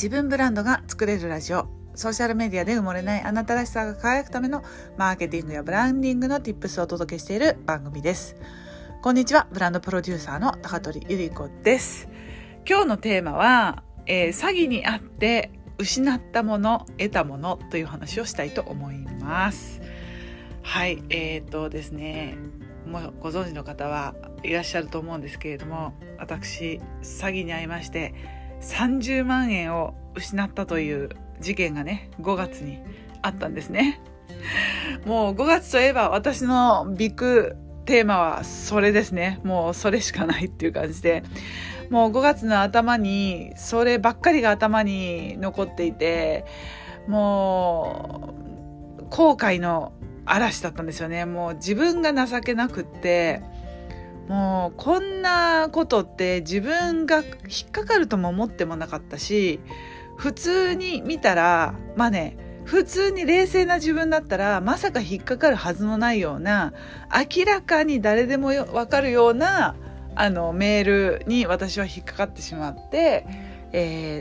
自分ブランドが作れるラジオ。ソーシャルメディアで埋もれないあなたらしさが輝くためのマーケティングやブランディングの Tips をお届けしている番組です。こんにちは、ブランドプロデューサーの高取ゆり子です。今日のテーマは、詐欺にあって失ったもの、得たものという話をしたいと思います。はい、ですね、もうご存知の方はいらっしゃると思うんですけれども、私詐欺に遭いまして30万円を失ったという事件がね、5月にあったんですね。もう5月といえば私のビッグテーマはそれですね。もうそれしかないっていう感じで、もう5月の頭にそればっかりが頭に残っていて、もう後悔の嵐だったんですよね。もう自分が情けなくって、もうこんなことって自分が引っかかるとも思ってもなかったし、普通に見たら普通に冷静な自分だったらまさか引っかかるはずのないような、明らかに誰でもわかるようなメールに私は引っかかってしまって、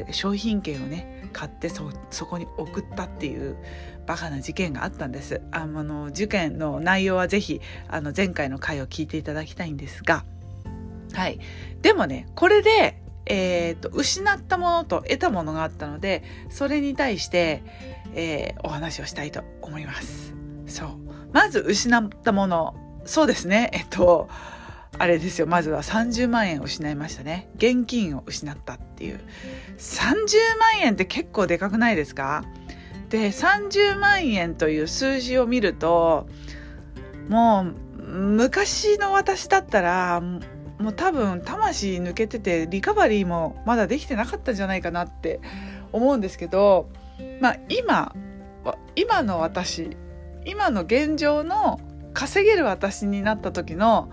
商品券をね買ってそこに送ったっていうバカな事件があったんです。事件の内容はぜひ前回の回を聞いていただきたいんですが、はい。でもね、これで失ったものと得たものがあったので、それに対して、お話をしたいと思います。そう。まず失ったもの。そうですね。あれですよ。まずは30万円を失いましたね。現金を失ったっていう。30万円って結構でかくないですか？で、30万円という数字を見ると、もう昔の私だったら、もう多分魂抜けててリカバリーもまだできてなかったんじゃないかなって思うんですけど、今の私、今の現状の稼げる私になった時の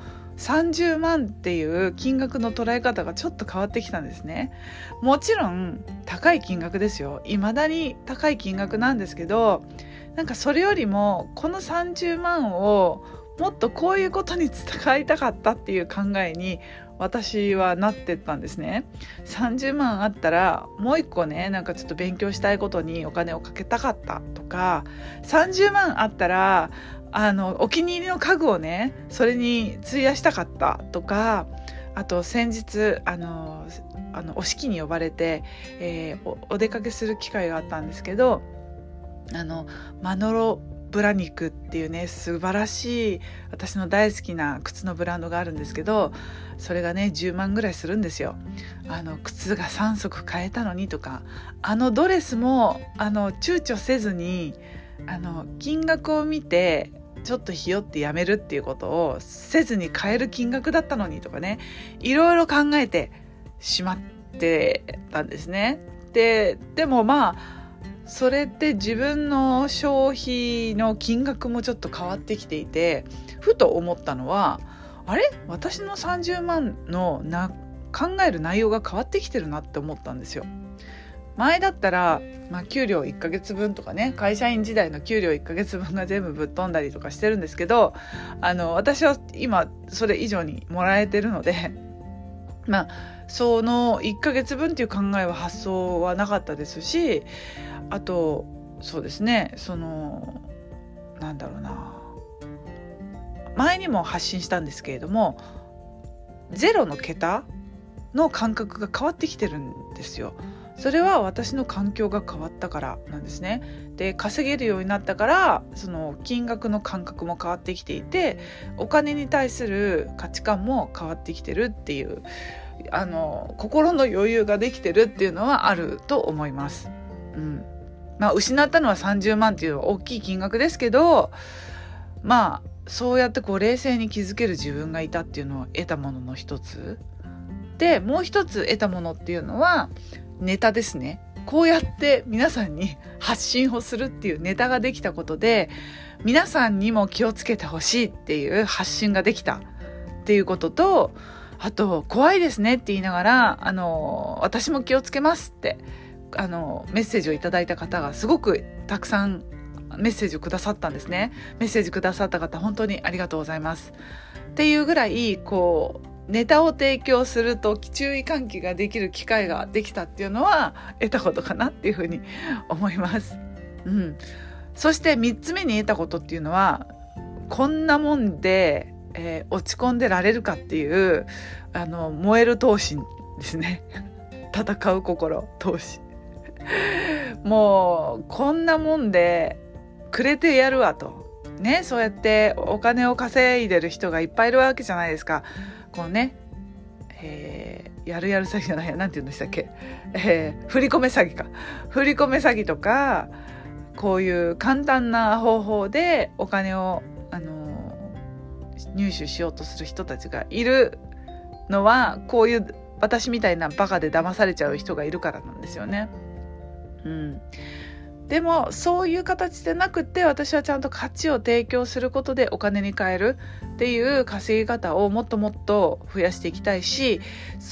30万っていう金額の捉え方がちょっと変わってきたんですね。もちろん高い金額ですよ。未だに高い金額なんですけど、なんかそれよりもこの30万をもっとこういうことに使いたかったっていう考えに私はなってったんですね。30万あったらもう一個ね、なんかちょっと勉強したいことにお金をかけたかったとか、30万あったらお気に入りの家具をね、それに費やしたかったとか、あと先日お式に呼ばれて、お出かけする機会があったんですけど、マノロブラニクっていうね、素晴らしい私の大好きな靴のブランドがあるんですけど、それがね10万ぐらいするんですよ。靴が3足買えたのにとか、ドレスも躊躇せずに金額を見てちょっとひよってやめるっていうことをせずに買える金額だったのにとかね、いろいろ考えてしまってたんですね。でもそれって自分の消費の金額もちょっと変わってきていて、ふと思ったのは、あれ？私の30万の考える内容が変わってきてるなって思ったんですよ。前だったら、給料1ヶ月分とかね、会社員時代の給料1ヶ月分が全部ぶっ飛んだりとかしてるんですけど、私は今それ以上にもらえてるので、その1ヶ月分っていう考えは発想はなかったですし、あとそうですね、前にも発信したんですけれども、ゼロの桁の感覚が変わってきてるんですよ。それは私の環境が変わったからなんですね。で、稼げるようになったから、その金額の感覚も変わってきていて、お金に対する価値観も変わってきてるっていう、心の余裕ができてるっていうのはあると思います。失ったのは30万っていうのは大きい金額ですけど、そうやって冷静に気づける自分がいたっていうのを得たものの一つで、もう一つ得たものっていうのはネタですね。こうやって皆さんに発信をするっていうネタができたことで、皆さんにも気をつけてほしいっていう発信ができたっていうことと、あと怖いですねって言いながら私も気をつけますってメッセージをいただいた方がすごくたくさんメッセージをくださったんですね。メッセージくださった方、本当にありがとうございますっていうぐらいネタを提供すると注意喚起ができる機会ができたっていうのは得たことかなっていうふうに思います。そして3つ目に得たことっていうのは、こんなもんで、落ち込んでられるかっていう燃える闘志ですね。戦う心、闘志。もうこんなもんでくれてやるわとね、そうやってお金を稼いでる人がいっぱいいるわけじゃないですか。こうね、やる詐欺じゃないや、なんて言うんでしたっけ、振り込め詐欺か。振り込め詐欺とか、こういう簡単な方法でお金を入手しようとする人たちがいるのは、こういう私みたいなバカで騙されちゃう人がいるからなんですよね。でもそういう形でなくって、私はちゃんと価値を提供することでお金に換えるっていう稼ぎ方をもっともっと増やしていきたいし、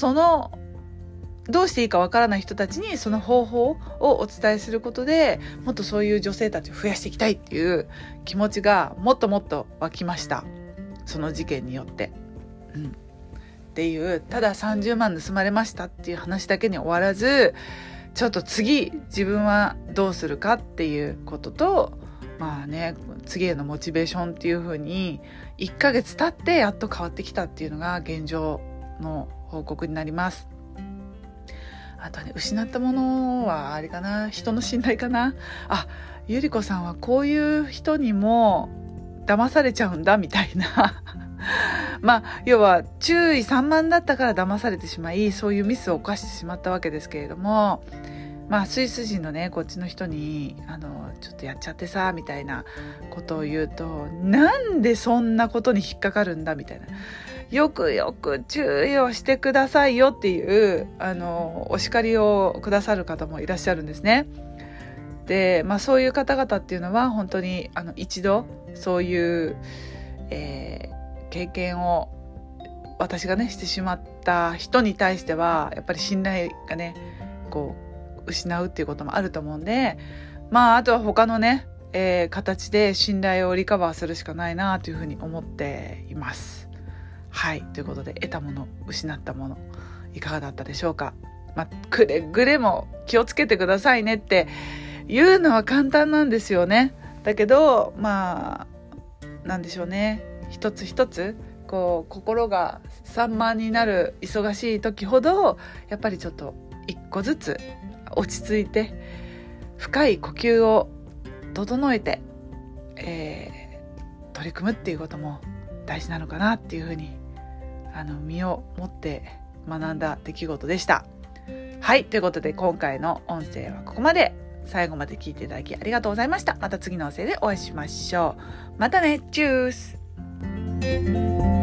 どうしていいかわからない人たちにその方法をお伝えすることで、もっとそういう女性たちを増やしていきたいっていう気持ちがもっともっと湧きました。その事件によって。っていう、ただ30万盗まれましたっていう話だけに終わらず、ちょっと次自分はどうするかっていうことと、次へのモチベーションっていう風に1ヶ月経ってやっと変わってきたっていうのが現状の報告になります。あとね、失ったものはあれかな、人の信頼かな。ゆりこさんはこういう人にも騙されちゃうんだみたいな要は注意散漫だったから騙されてしまい、そういうミスを犯してしまったわけですけれども、スイス人のね、こっちの人にちょっとやっちゃってさみたいなことを言うと、なんでそんなことに引っかかるんだみたいな、よくよく注意をしてくださいよっていうお叱りをくださる方もいらっしゃるんですね。で、そういう方々っていうのは本当に一度そういう、経験を私がねしてしまった人に対しては、やっぱり信頼がねこう失うっていうこともあると思うんで、あとは他のね、形で信頼をリカバーするしかないなというふうに思っています。はい、ということで、得たもの失ったものいかがだったでしょうか。くれぐれも気をつけてくださいねって言うのは簡単なんですよね。だけどなんでしょうね、一つ一つこう心が散漫になる忙しい時ほど、やっぱりちょっと一個ずつ落ち着いて深い呼吸を整えて、取り組むっていうことも大事なのかなっていうふうに身をもって学んだ出来事でした。はい、ということで今回の音声はここまで。最後まで聞いていただきありがとうございました。また次の音声でお会いしましょう。またね、チュース。